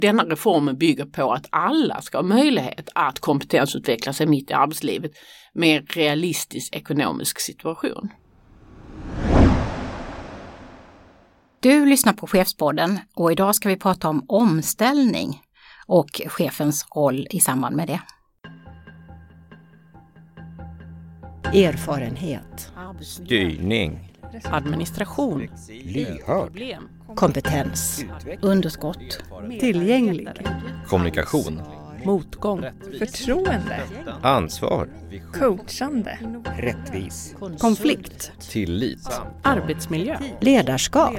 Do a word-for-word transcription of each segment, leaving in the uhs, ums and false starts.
Denna reformen bygger på att alla ska ha möjlighet att kompetensutveckla sig mitt i arbetslivet med en realistisk ekonomisk situation. Du lyssnar på Chefspodden och idag ska vi prata om omställning och chefens roll i samband med det. Erfarenhet, styrning, administration, lyhörd, kompetens, underskott, tillgänglig, kommunikation, motgång, förtroende, ansvar, coachande, rättvis, konflikt, tillit, arbetsmiljö, ledarskap.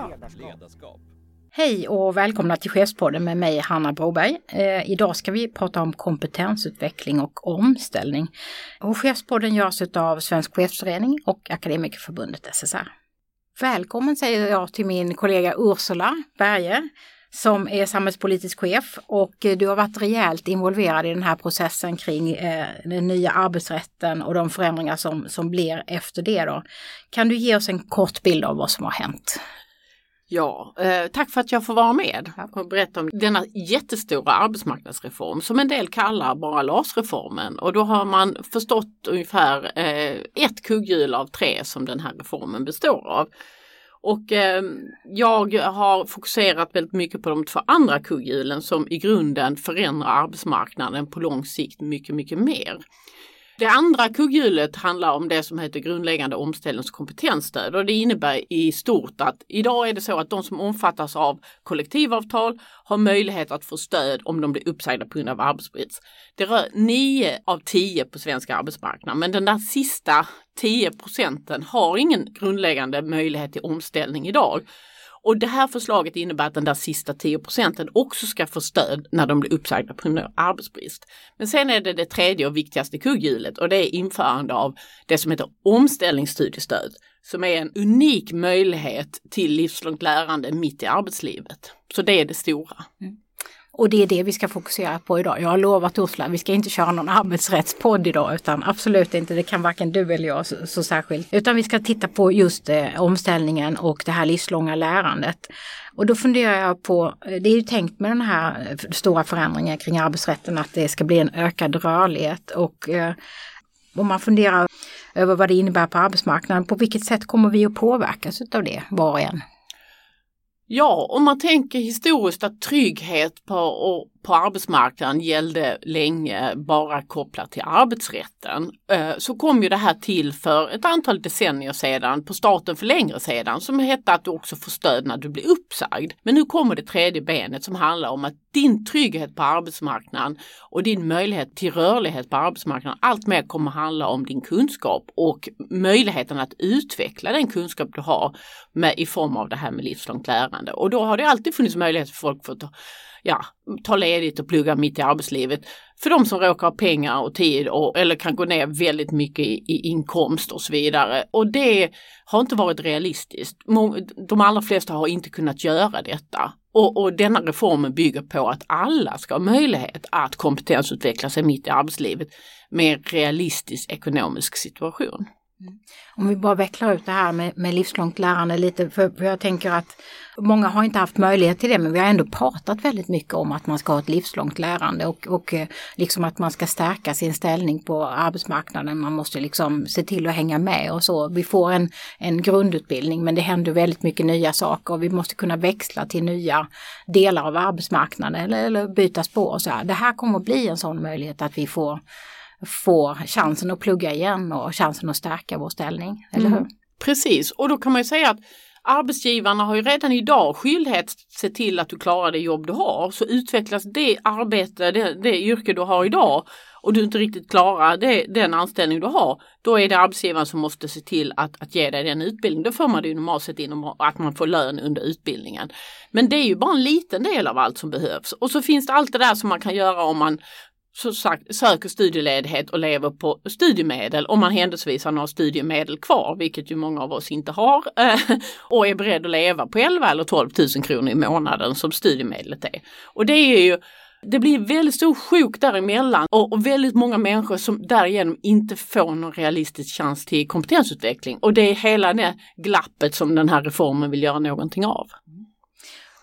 Hej och välkomna till Chefspodden med mig Hanna Broberg. Eh, idag ska vi prata om kompetensutveckling och omställning. Och Chefspodden görs av Svensk Chefsförening och Akademikerförbundet S S R. Välkommen säger jag till min kollega Ursula Berge som är samhällspolitisk chef, och du har varit rejält involverad i den här processen kring eh, den nya arbetsrätten och de förändringar som, som blir efter det då. Kan du ge oss en kort bild av vad som har hänt? Ja, eh, tack för att jag får vara med och berätta om denna jättestora arbetsmarknadsreform som en del kallar bara L A S-reformen. Och då har man förstått ungefär eh, ett kugghjul av tre som den här reformen består av. Och eh, jag har fokuserat väldigt mycket på de två andra kugghjulen som i grunden förändrar arbetsmarknaden på lång sikt mycket, mycket mer. Det andra kugghjulet handlar om det som heter grundläggande omställnings- och kompetensstöd, och det innebär i stort att idag är det så att de som omfattas av kollektivavtal har möjlighet att få stöd om de blir uppsagda på grund av arbetsbrist. Det rör nio av tio på svensk arbetsmarknad, men den där sista tio procenten har ingen grundläggande möjlighet till omställning idag. Och det här förslaget innebär att den där sista tio procenten också ska få stöd när de blir uppsagda på grund av arbetsbrist. Men sen är det det tredje och viktigaste kugghjulet, och det är införande av det som heter omställningsstudiestöd, som är en unik möjlighet till livslångt lärande mitt i arbetslivet. Så det är det stora. Mm. Och det är det vi ska fokusera på idag. Jag har lovat Ursula, vi ska inte köra någon arbetsrättspodd idag, utan absolut inte, det kan varken du eller jag så, så särskilt. Utan vi ska titta på just eh, omställningen och det här livslånga lärandet. Och då funderar jag på, det är ju tänkt med den här stora förändringen kring arbetsrätten att det ska bli en ökad rörlighet. Och eh, om man funderar över vad det innebär på arbetsmarknaden, på vilket sätt kommer vi att påverkas av det var och en? Ja, om man tänker historiskt att trygghet på, och, på arbetsmarknaden gällde länge bara kopplat till arbetsrätten, så kom ju det här till för ett antal decennier sedan på starten för längre sedan, som hette att du också får stöd när du blir uppsagd. Men nu kommer det tredje benet som handlar om att din trygghet på arbetsmarknaden och din möjlighet till rörlighet på arbetsmarknaden allt mer kommer handla om din kunskap och möjligheten att utveckla den kunskap du har med, i form av det här med livslångt lärande. Och då har det alltid funnits möjlighet för folk att ta, ja, ta ledigt och plugga mitt i arbetslivet. För de som råkar ha pengar och tid och, eller kan gå ner väldigt mycket i, i inkomst och så vidare. Och det har inte varit realistiskt. De allra flesta har inte kunnat göra detta. Och, och denna reformen bygger på att alla ska ha möjlighet att kompetensutveckla sig mitt i arbetslivet med en realistisk ekonomisk situation. Om vi bara vecklar ut det här med, med livslångt lärande lite, för, för jag tänker att många har inte haft möjlighet till det, men vi har ändå pratat väldigt mycket om att man ska ha ett livslångt lärande och, och liksom att man ska stärka sin ställning på arbetsmarknaden. Man måste liksom se till att hänga med och så. Vi får en, en grundutbildning, men det händer väldigt mycket nya saker och vi måste kunna växla till nya delar av arbetsmarknaden eller, eller byta spår och så här. Det här kommer att bli en sån möjlighet att vi får får chansen att plugga igen och chansen att stärka vår ställning, eller hur? Mm. Precis, och då kan man ju säga att arbetsgivarna har ju redan idag skyldighet att se till att du klarar det jobb du har. Så utvecklas det arbete, det, det yrke du har idag och du inte riktigt klarar det, den anställning du har, då är det arbetsgivaren som måste se till att, att ge dig den utbildning. Då får man det ju normalt sett inom att man får lön under utbildningen. Men det är ju bara en liten del av allt som behövs. Och så finns det allt det där som man kan göra om man så sagt, söker studieledighet och lever på studiemedel om man händelsevis har några studiemedel kvar, vilket ju många av oss inte har, och är beredd att leva på elva eller tolv tusen kronor i månaden som studiemedlet är. Och det är ju, det blir väldigt stor sjok däremellan och, och väldigt många människor som därigenom inte får någon realistisk chans till kompetensutveckling. Och det är hela det glappet som den här reformen vill göra någonting av.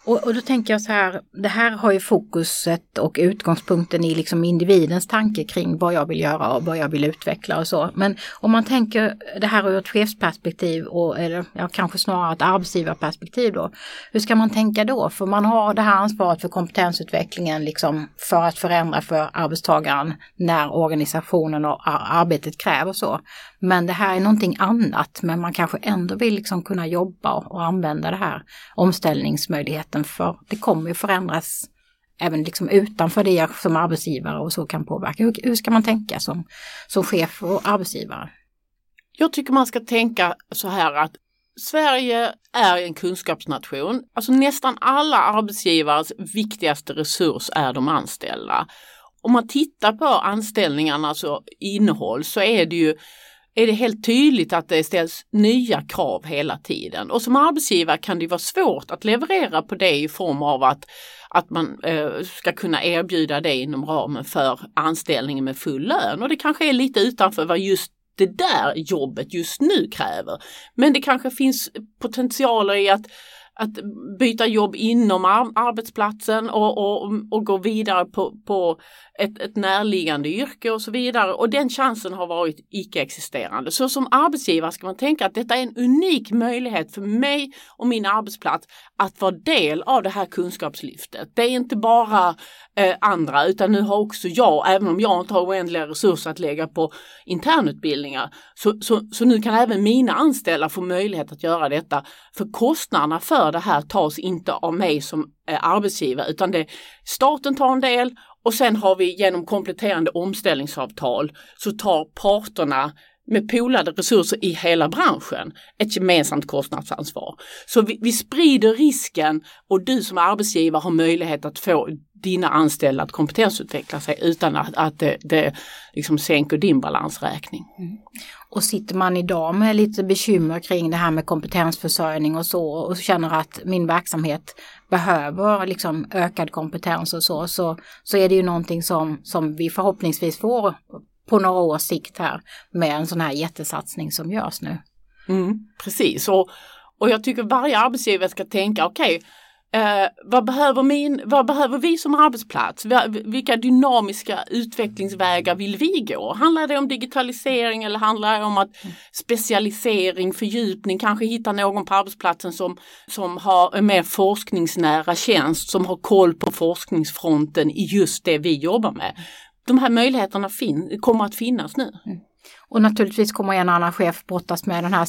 Och, och då tänker jag så här, det här har ju fokuset och utgångspunkten i liksom individens tanke kring vad jag vill göra och vad jag vill utveckla och så. Men om man tänker det här ur ett chefsperspektiv och eller ja, kanske snarare ett arbetsgivarperspektiv då. Hur ska man tänka då? För man har det här ansvaret för kompetensutvecklingen liksom för att förändra för arbetstagaren när organisationen och arbetet kräver så. Men det här är någonting annat, men man kanske ändå vill liksom kunna jobba och använda det här omställningsmöjligheten, för det kommer ju förändras även liksom utanför det jag som arbetsgivare och så kan påverka. Hur, hur ska man tänka som, som chef och arbetsgivare? Jag tycker man ska tänka så här att Sverige är en kunskapsnation. Alltså nästan alla arbetsgivares viktigaste resurs är de anställda. Om man tittar på anställningarnas innehåll så är det ju är det helt tydligt att det ställs nya krav hela tiden. Och som arbetsgivare kan det vara svårt att leverera på det i form av att, att man eh, ska kunna erbjuda det inom ramen för anställningen med full lön. Och det kanske är lite utanför vad just det där jobbet just nu kräver. Men det kanske finns potentialer i att Att byta jobb inom ar- arbetsplatsen och, och, och gå vidare på, på ett, ett närliggande yrke och så vidare. Och den chansen har varit icke-existerande. Så som arbetsgivare ska man tänka att detta är en unik möjlighet för mig och min arbetsplats att vara del av det här kunskapslyftet. Det är inte bara eh, andra, utan nu har också jag, även om jag inte har oändliga resurser att lägga på internutbildningar, så, så, så nu kan även mina anställda få möjlighet att göra detta. För kostnaderna för det här tas inte av mig som eh, arbetsgivare, utan det staten tar en del och sen har vi genom kompletterande omställningsavtal så tar parterna med polade resurser i hela branschen ett gemensamt kostnadsansvar. Så vi, vi sprider risken och du som arbetsgivare har möjlighet att få dina anställda att kompetensutveckla sig utan att, att det, det liksom sänker din balansräkning. Mm. Och sitter man idag med lite bekymmer kring det här med kompetensförsörjning och så och känner att min verksamhet behöver liksom ökad kompetens och så, så, så är det ju någonting som, som vi förhoppningsvis får på några års sikt här med en sån här jättesatsning som görs nu. Mm, precis, och, och jag tycker varje arbetsgivare ska tänka okej, okay, Eh, vad, behöver min, vad behöver vi som arbetsplats? Vilka dynamiska utvecklingsvägar vill vi gå? Handlar det om digitalisering eller handlar det om att specialisering, fördjupning, kanske hitta någon på arbetsplatsen som, som har en mer forskningsnära tjänst, som har koll på forskningsfronten i just det vi jobbar med. De här möjligheterna fin- kommer att finnas nu. Mm. Och naturligtvis kommer en annan chef brottas med den här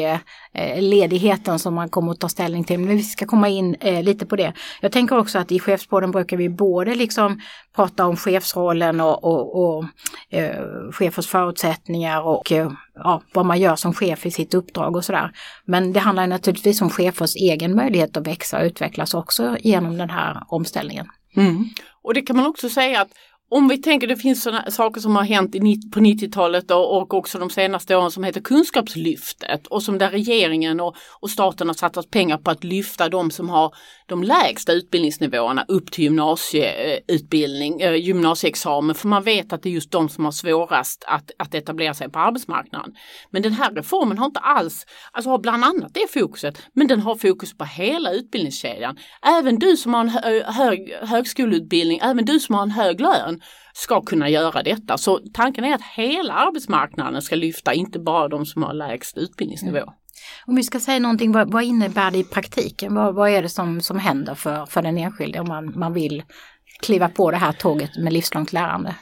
studieledigheten som man kommer att ta ställning till. Men vi ska komma in eh, lite på det. Jag tänker också att i chefspodden brukar vi både liksom prata om chefsrollen och, och, och eh, chefers förutsättningar och eh, ja, vad man gör som chef i sitt uppdrag och sådär. Men det handlar naturligtvis om chefers egen möjlighet att växa och utvecklas också genom den här omställningen. Mm. Och det kan man också säga att om vi tänker, det finns sådana saker som har hänt i, på nittiotalet och, och också de senaste åren som heter kunskapslyftet och som där regeringen och, och staten har satsat pengar på att lyfta de som har de lägsta utbildningsnivåerna upp till gymnasieutbildning, eh, gymnasieexamen, för man vet att det är just de som har svårast att, att etablera sig på arbetsmarknaden. Men den här reformen har inte alls, alltså har bland annat det fokuset, men den har fokus på hela utbildningskedjan. Även du som har en hö, hög, högskoleutbildning, även du som har en hög lön ska kunna göra detta. Så tanken är att hela arbetsmarknaden ska lyfta, inte bara de som har lägst utbildningsnivå. Mm. Om vi ska säga någonting, vad, vad innebär det i praktiken? Vad, vad är det som, som händer för, för den enskilde om man, man vill kliva på det här tåget med livslångt lärande?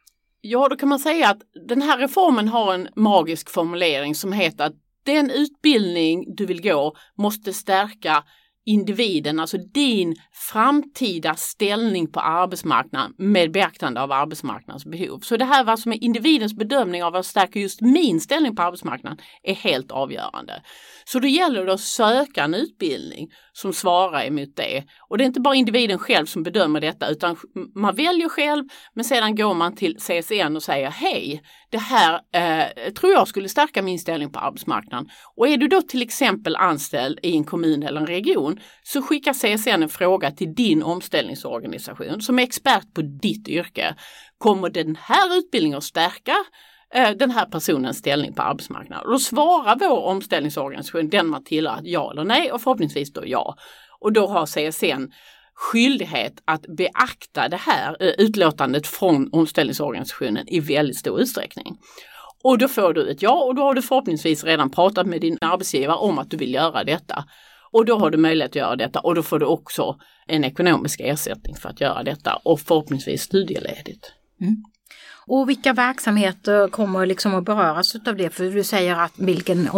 Ja, då kan man säga att den här reformen har en magisk formulering som heter att den utbildning du vill gå måste stärka individen, alltså din framtida ställning på arbetsmarknaden med beaktande av arbetsmarknadens behov. Så det här vad som är individens bedömning av att stärka just min ställning på arbetsmarknaden är helt avgörande. Så då gäller det att söka en utbildning som svarar emot det. Och det är inte bara individen själv som bedömer detta, utan man väljer själv, men sedan går man till C S N och säger hej, det här eh, tror jag skulle stärka min ställning på arbetsmarknaden. Och är du då till exempel anställd i en kommun eller en region så skickar C S N en fråga till din omställningsorganisation som är expert på ditt yrke. Kommer den här utbildningen att stärka den här personens ställning på arbetsmarknaden? Och då svarar vår omställningsorganisation, den man tillhör, ja eller nej, och förhoppningsvis då ja. Och då har C S N skyldighet att beakta det här utlåtandet från omställningsorganisationen i väldigt stor utsträckning. Och då får du ett ja och då har du förhoppningsvis redan pratat med din arbetsgivare om att du vill göra detta. Och då har du möjlighet att göra detta och då får du också en ekonomisk ersättning för att göra detta och förhoppningsvis studieledigt. Mm. Och vilka verksamheter kommer liksom att beröras av det? För du säger att vilken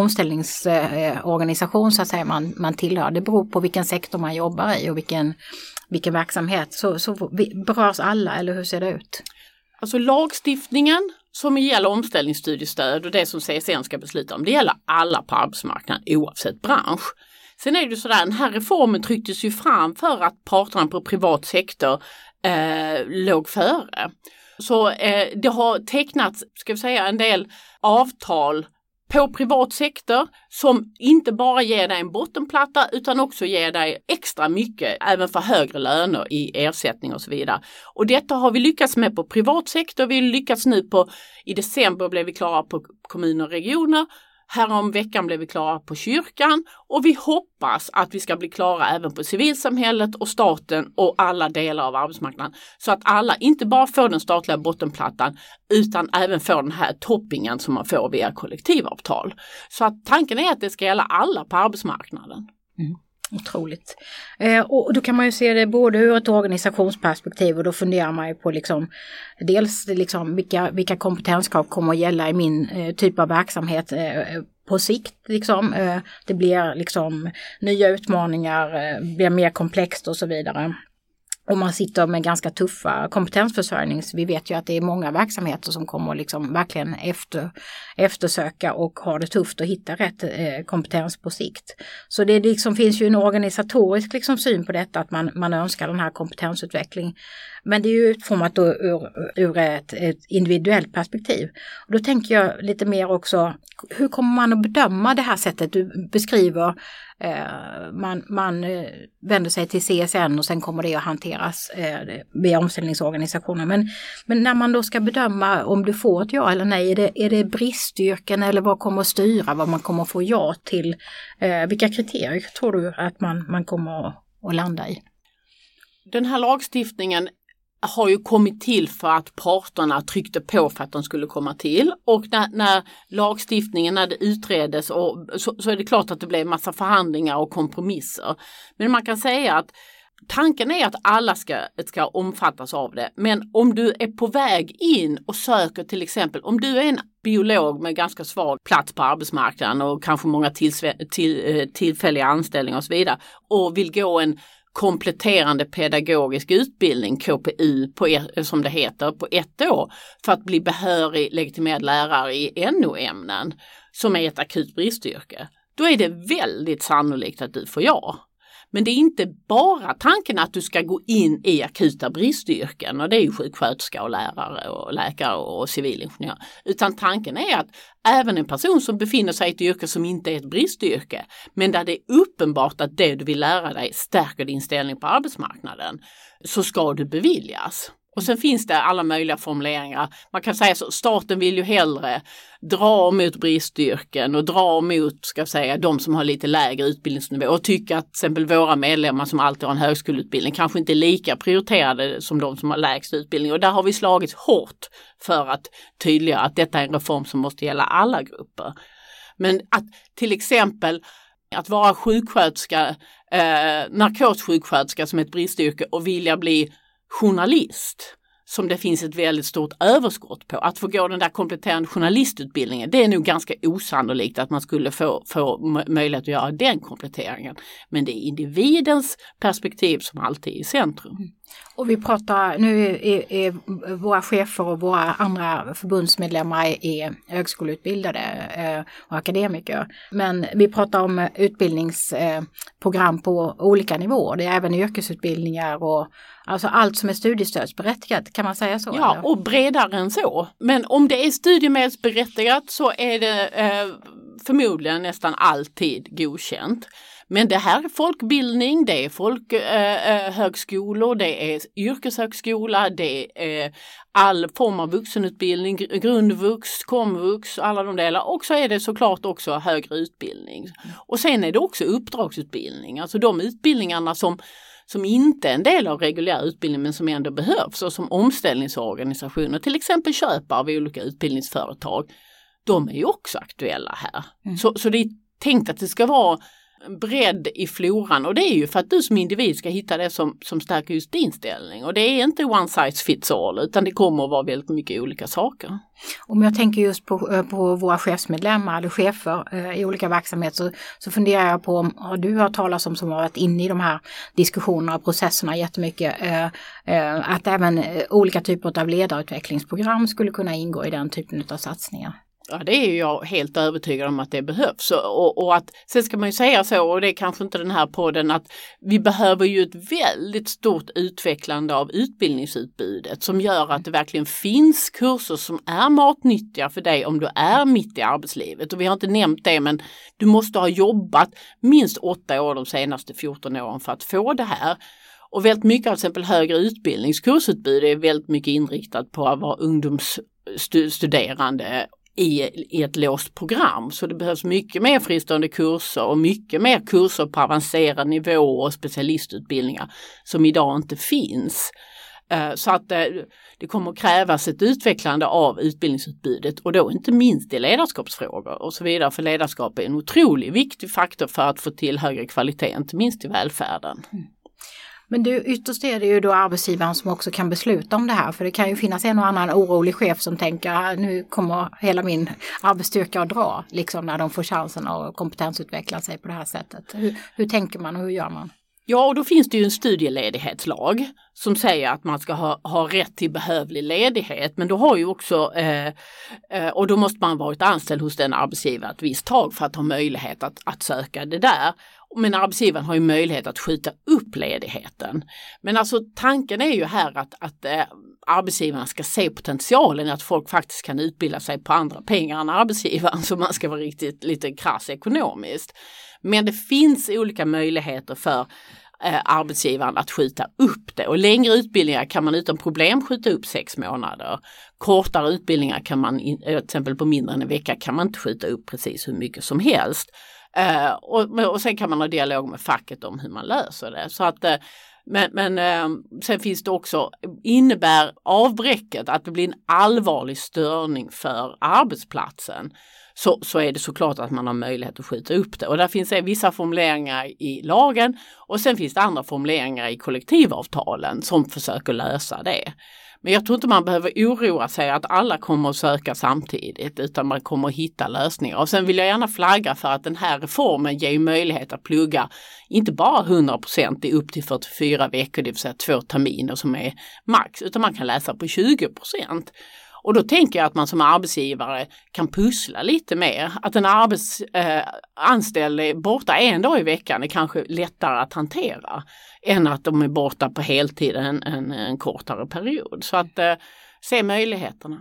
omställningsorganisation så att säga man, man tillhör. Det beror på vilken sektor man jobbar i och vilken, vilken verksamhet. Så, så berörs alla eller hur ser det ut? Alltså lagstiftningen som gäller omställningsstudiestöd och det som C S N ska besluta om, det gäller alla på arbetsmarknaden oavsett bransch. Sen är det sådär, den här reformen trycktes ju fram för att parterna på privat sektor eh, låg före. Så eh, det har tecknats, ska vi säga, en del avtal på privat sektor som inte bara ger dig en bottenplatta utan också ger dig extra mycket även för högre löner i ersättning och så vidare. Och detta har vi lyckats med på privat sektor. Vi lyckats nu på, i december blev vi klara på kommuner och regioner. Härom veckan blev vi klara på kyrkan och vi hoppas att vi ska bli klara även på civilsamhället och staten och alla delar av arbetsmarknaden. Så att alla inte bara får den statliga bottenplattan utan även får den här toppingen som man får via kollektivavtal. Så att tanken är att det ska gälla alla på arbetsmarknaden. Mm. Otroligt. Eh, och då kan man ju se det både ur ett organisationsperspektiv och då funderar man ju på liksom, dels liksom vilka, vilka kompetenskrav kommer att gälla i min eh, typ av verksamhet eh, på sikt. Liksom. Eh, det blir liksom nya utmaningar, eh, blir mer komplext och så vidare. Och man sitter med ganska tuffa kompetensförsörjning. Så vi vet ju att det är många verksamheter som kommer liksom verkligen efter, eftersöka och har det tufft att hitta rätt eh, kompetens på sikt. Så det liksom finns ju en organisatorisk liksom syn på detta att man, man önskar den här kompetensutveckling. Men det är ju utformat ur, ur ett, ett individuellt perspektiv. Och då tänker jag lite mer också, hur kommer man att bedöma det här sättet du beskriver? Eh, man, man eh, vänder sig till C S N och sen kommer det att hanteras eh, via omställningsorganisationer. Men, men när man då ska bedöma om du får ett ja eller nej, är det, är det bristyrken eller vad kommer att styra, vad man kommer att få ja till? Eh, vilka kriterier tror du att man, man kommer att, att landa i? Den här lagstiftningen har ju kommit till för att parterna tryckte på för att de skulle komma till. Och när, när lagstiftningen när det utredes och, så, så är det klart att det blev massa förhandlingar och kompromisser. Men man kan säga att tanken är att alla ska, ska omfattas av det. Men om du är på väg in och söker till exempel, om du är en biolog med ganska svag plats på arbetsmarknaden och kanske många tillsve- till, tillfälliga anställningar och så vidare och vill gå en kompletterande pedagogisk utbildning, K P U på ett, som det heter, på ett år för att bli behörig legitimerad lärare i N O-ämnen som är ett akut bristyrke. Då är det väldigt sannolikt att du får ja. Men det är inte bara tanken att du ska gå in i akuta bristyrken och det är ju sjuksköterska och lärare och läkare och civilingenjör. Utan tanken är att även en person som befinner sig i ett yrke som inte är ett bristyrke men där det är uppenbart att det du vill lära dig stärker din ställning på arbetsmarknaden så ska du beviljas. Och sen finns det alla möjliga formuleringar. Man kan säga så, staten vill ju hellre dra mot bristyrken och dra mot, ska jag säga, de som har lite lägre utbildningsnivå och tycker att till exempel våra medlemmar som alltid har en högskoleutbildning kanske inte är lika prioriterade som de som har lägst utbildning. Och där har vi slagit hårt för att tydliggöra att detta är en reform som måste gälla alla grupper. Men att till exempel att vara sjuksköterska, eh, narkossjuksköterska som ett bristyrke och vilja bli journalist som det finns ett väldigt stort överskott på. Att få gå den där kompletterande journalistutbildningen, det är nog ganska osannolikt att man skulle få, få möjlighet att göra den kompletteringen. Men det är individens perspektiv som alltid är i centrum. Mm. Och vi pratar, nu är, är våra chefer och våra andra förbundsmedlemmar är högskoleutbildade eh, och akademiker. Men vi pratar om utbildningsprogram eh, på olika nivåer. Det är även yrkesutbildningar och alltså allt som är studiestödsberättigat, kan man säga så? Ja, eller? Och bredare än så. Men om det är studiemedelsberättigat så är det eh, förmodligen nästan alltid godkänt. Men det här är folkbildning, det är folkhögskolor, det är yrkeshögskola, det är all form av vuxenutbildning, grundvux, komvux, alla de delar. Och så är det såklart också högre utbildning. Och sen är det också uppdragsutbildning, alltså de utbildningarna som som inte är en del av reguljär utbildning men som ändå behövs, och som omställningsorganisationer till exempel köper av olika utbildningsföretag, de är ju också aktuella här. Mm. Så, så det är tänkt att det ska vara bredd i floran, och det är ju för att du som individ ska hitta det som, som stärker just din ställning, och det är inte one size fits all, utan det kommer att vara väldigt mycket olika saker. Om jag tänker just på, på våra chefsmedlemmar eller chefer eh, i olika verksamheter, så, så funderar jag på om har du hört talas om, som har varit inne i de här diskussionerna och processerna jättemycket, eh, eh, att även eh, olika typer av ledarutvecklingsprogram skulle kunna ingå i den typen av satsningar? Ja, det är jag helt övertygad om att det behövs. Och, och att, sen ska man ju säga så, och det är kanske inte den här podden, att vi behöver ju ett väldigt stort utvecklande av utbildningsutbudet som gör att det verkligen finns kurser som är matnyttiga för dig om du är mitt i arbetslivet. Och vi har inte nämnt det, men du måste ha jobbat minst åtta år de senaste fjorton åren för att få det här. Och väldigt mycket av till exempel högre utbildningskursutbud är väldigt mycket inriktat på att vara ungdomsstuderande I, i ett låst program. Så det behövs mycket mer fristående kurser och mycket mer kurser på avancerad nivå och specialistutbildningar som idag inte finns. Så att det kommer att krävas ett utvecklande av utbildningsutbudet, och då inte minst i ledarskapsfrågor och så vidare, för ledarskap är en otroligt viktig faktor för att få till högre kvalitet, inte minst i välfärden. Mm. Men du, ytterst är det ju då arbetsgivaren som också kan besluta om det här, för det kan ju finnas en och annan orolig chef som tänker nu kommer hela min arbetsstyrka att dra, liksom när de får chansen att kompetensutveckla sig på det här sättet. Hur, hur tänker man och hur gör man? Ja, och då finns det ju en studieledighetslag som säger att man ska ha, ha rätt till behövlig ledighet, men då har ju också, eh, eh, och då måste man varit anställd hos den arbetsgivaren ett visst tag för att ha möjlighet att, att söka det där. Men arbetsgivaren har ju möjlighet att skjuta upp ledigheten. Men alltså tanken är ju här att, att eh, arbetsgivarna ska se potentialen att folk faktiskt kan utbilda sig på andra pengar än arbetsgivaren, så man ska vara riktigt lite krass ekonomiskt. Men det finns olika möjligheter för eh, arbetsgivaren att skjuta upp det. Och längre utbildningar kan man utan problem skjuta upp sex månader. Kortare utbildningar kan man, till exempel på mindre än en vecka, kan man inte skjuta upp precis hur mycket som helst. Uh, och, och sen kan man ha dialog med facket om hur man löser det. Så att, uh, men men uh, sen finns det också, innebär avbräcket att det blir en allvarlig störning för arbetsplatsen, så, så är det såklart att man har möjlighet att skjuta upp det. Och där finns det vissa formuleringar i lagen, och sen finns det andra formuleringar i kollektivavtalen som försöker lösa det. Men jag tror inte man behöver oroa sig att alla kommer att söka samtidigt, utan man kommer att hitta lösningar. Och sen vill jag gärna flagga för att den här reformen ger möjlighet att plugga inte bara hundra procent i upp till fyrtiofyra veckor, det vill säga två terminer som är max, utan man kan läsa på tjugo procent. Och då tänker jag att man som arbetsgivare kan pussla lite mer. Att en arbetsanställd är borta en dag i veckan är kanske lättare att hantera än att de är borta på heltid en, en, en kortare period. Så att eh, se möjligheterna.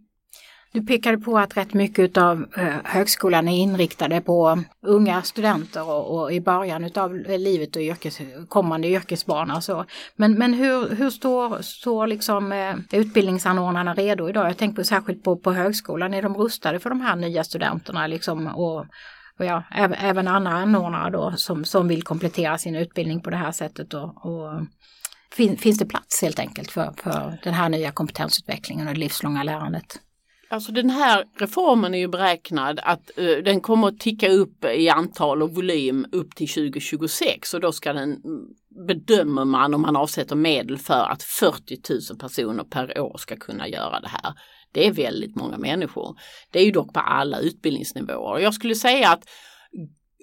Du pekade på att rätt mycket av eh, högskolan är inriktade på unga studenter och, och i början av livet och yrkes, kommande yrkesbana. Så. Men, men hur, hur står, står liksom, eh, utbildningsanordnarna redo idag? Jag tänker särskilt på, på högskolan. Är de rustade för de här nya studenterna? Liksom, och, och ja, även, även andra anordnare då, som, som vill komplettera sin utbildning på det här sättet. Och, och, fin, finns det plats helt enkelt för, för den här nya kompetensutvecklingen och det livslånga lärandet? Alltså den här reformen är ju beräknad att uh, den kommer att ticka upp i antal och volym upp till tjugo tjugosex, och då ska den, bedömer man om man avsätter medel för att fyrtio tusen personer per år ska kunna göra det här. Det är väldigt många människor. Det är ju dock på alla utbildningsnivåer. Jag skulle säga att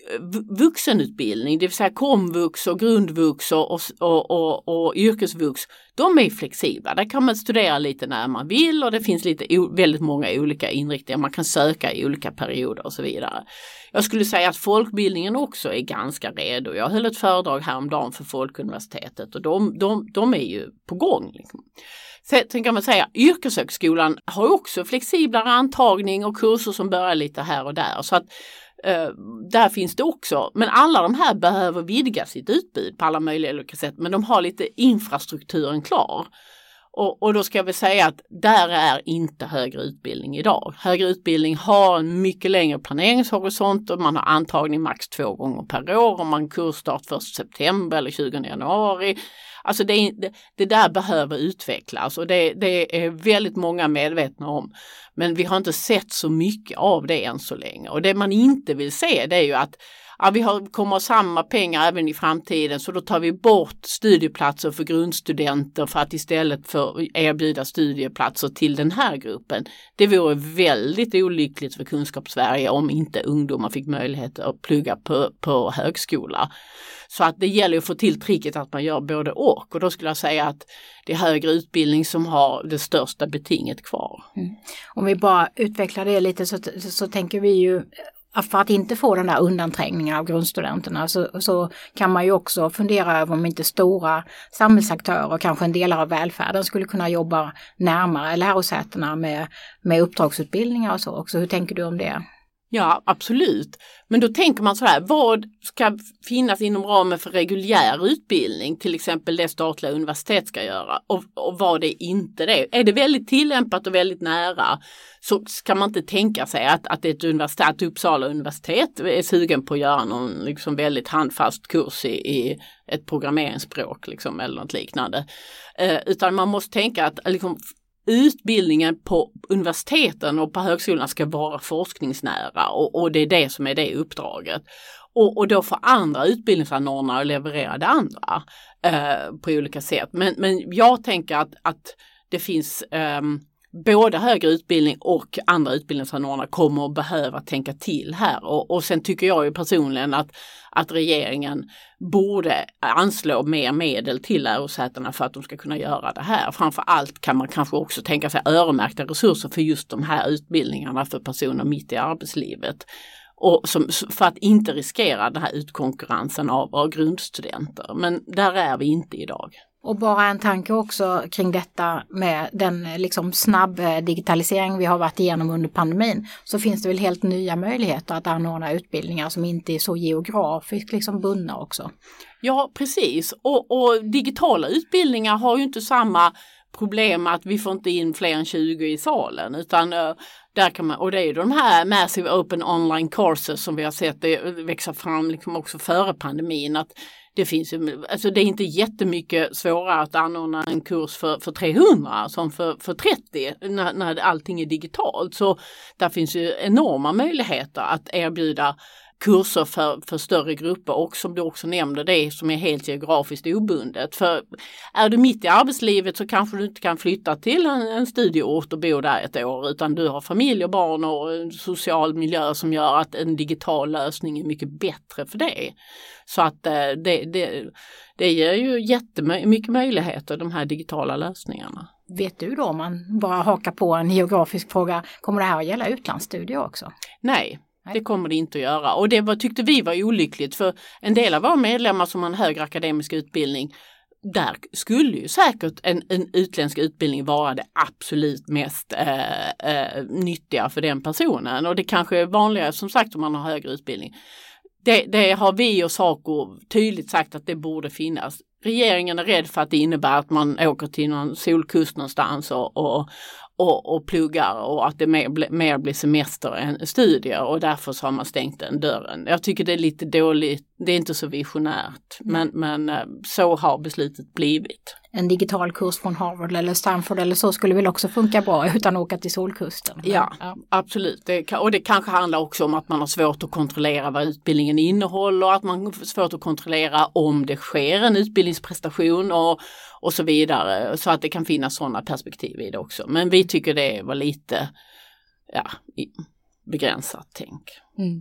vuxenutbildning, det vill säga komvux och grundvux och, och, och, och, och yrkesvux, de är flexibla. Där kan man studera lite när man vill och det finns lite, väldigt många olika inriktningar. Man kan söka i olika perioder och så vidare. Jag skulle säga att folkbildningen också är ganska redo. Jag höll ett föredrag häromdagen för Folkuniversitetet och de, de, de är ju på gång. Liksom. Sen kan man säga att yrkeshögskolan har också flexiblare antagning och kurser som börjar lite här och där. Så att Uh, där finns det också, men alla de här behöver vidga sitt utbud på alla möjliga olika sätt, men de har lite infrastrukturen klar. Och, och då ska jag väl säga att där är inte högre utbildning idag. Högre utbildning har en mycket längre planeringshorisont och man har antagning max två gånger per år och man kursstart först september eller tjugonde januari. Alltså det, det, det där behöver utvecklas och det, det är väldigt många medvetna om. Men vi har inte sett så mycket av det än så länge. Och det man inte vill se det är ju att ja, vi har, kommer samma pengar även i framtiden så då tar vi bort studieplatser för grundstudenter för att istället för erbjuda studieplatser till den här gruppen. Det vore väldigt olyckligt för Kunskapssverige om inte ungdomar fick möjlighet att plugga på, på högskola. Så att det gäller att få till tricket att man gör både och. Och då skulle jag säga att det är högre utbildning som har det största betinget kvar. Mm. Om vi bara utvecklar det lite så, så, så tänker vi ju för att inte få den där undanträngningen av grundstudenterna så, så kan man ju också fundera över om inte stora samhällsaktörer, kanske en del av välfärden skulle kunna jobba närmare lärosätena med, med uppdragsutbildningar och så också. Hur tänker du om det? Ja, absolut. Men då tänker man så här, vad ska finnas inom ramen för reguljär utbildning, till exempel det statliga universitet ska göra och, och vad det inte det. Är det väldigt tillämpat och väldigt nära så ska man inte tänka sig att, att ett universitet, att Uppsala universitet är sugen på att göra någon liksom väldigt handfast kurs i, i ett programmeringsspråk liksom, eller något liknande. Eh, utan man måste tänka att liksom, utbildningen på universiteten och på högskolorna ska vara forskningsnära och, och det är det som är det uppdraget. Och, och då får andra utbildningsanordnare leverera det andra eh, på olika sätt. Men, men jag tänker att, att det finns eh, både högre utbildning och andra utbildningsanordnare kommer att behöva tänka till här. Och, och sen tycker jag ju personligen att, att regeringen borde anslå mer medel till lärosätena för att de ska kunna göra det här. Framför allt kan man kanske också tänka sig öronmärkta resurser för just de här utbildningarna för personer mitt i arbetslivet. Och som, för att inte riskera den här utkonkurrensen av, av grundstudenter. Men där är vi inte idag. Och bara en tanke också kring detta med den liksom snabb digitalisering vi har varit igenom under pandemin, så finns det väl helt nya möjligheter att anordna utbildningar som inte är så geografiskt liksom bundna också. Ja, precis. Och, och digitala utbildningar har ju inte samma problem att vi får inte in fler än tjugo i salen, utan uh, där kan man, och det är ju de här massive open online courses som vi har sett det växa fram liksom också före pandemin, att det finns ju, alltså det är inte jättemycket svårare att anordna en kurs för, för trehundra som för, för trettio när, när allting är digitalt. Så där finns ju enorma möjligheter att erbjuda kurser för, för större grupper och som du också nämnde, det som är helt geografiskt obundet. För är du mitt i arbetslivet så kanske du inte kan flytta till en, en studieort och bo där ett år, utan du har familj och barn och en social miljö som gör att en digital lösning är mycket bättre för det. Så att det, det, det ger ju jättemycket möjligheter, de här digitala lösningarna. Vet du då, om man bara hakar på en geografisk fråga, kommer det här att gälla utlandsstudier också? Nej. Det kommer det inte att göra. Och det var, tyckte vi var olyckligt, för en del av våra medlemmar som har en högre akademisk utbildning, där skulle ju säkert en, en utländsk utbildning vara det absolut mest eh, eh, nyttiga för den personen. Och det kanske är vanligare som sagt om man har högre utbildning. Det, det har vi och Saco tydligt sagt att det borde finnas. Regeringen är rädd för att det innebär att man åker till någon solkust någonstans och, och, och, och pluggar och att det mer, mer blir semester än studier, och därför så har man stängt den dörren. Jag tycker det är lite dåligt, det är inte så visionärt, men, men så har beslutet blivit. En digital kurs från Harvard eller Stanford eller så skulle väl också funka bra utan att åka till solkusten. Ja, ja. Absolut. Det, och det kanske handlar också om att man har svårt att kontrollera vad utbildningen innehåller, att man har svårt att kontrollera om det sker en utbildningsprestation och, och så vidare. Så att det kan finnas sådana perspektiv i det också. Men vi tycker det var lite ja, begränsat tänk. Mm.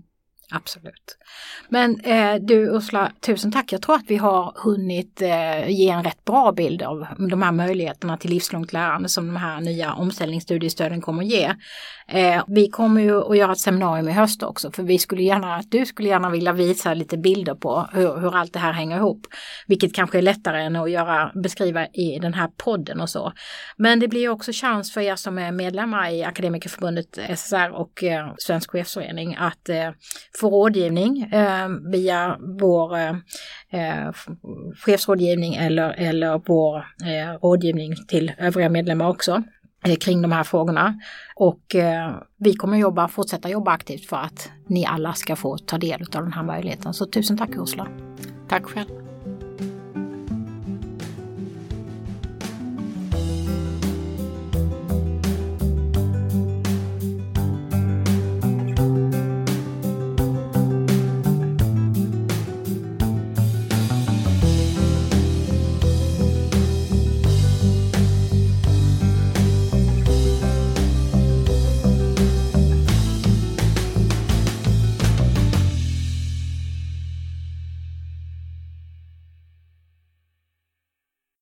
Absolut. Men eh, du Ursula, tusen tack. Jag tror att vi har hunnit eh, ge en rätt bra bild av de här möjligheterna till livslångt lärande som de här nya omställningsstudiestöden kommer att ge. Eh, vi kommer ju att göra ett seminarium i höst också, för vi skulle gärna, du skulle gärna vilja visa lite bilder på hur, hur allt det här hänger ihop. Vilket kanske är lättare än att göra, beskriva i den här podden och så. Men det blir också chans för er som är medlemmar i Akademikerförbundet S S R och eh, Svensk chefsförening att eh, få rådgivning eh, via vår eh, chefsrådgivning eller, eller vår eh, rådgivning till övriga medlemmar också eh, kring de här frågorna. Och eh, vi kommer jobba, fortsätta jobba aktivt för att ni alla ska få ta del av den här möjligheten. Så tusen tack Ursula. Tack själv.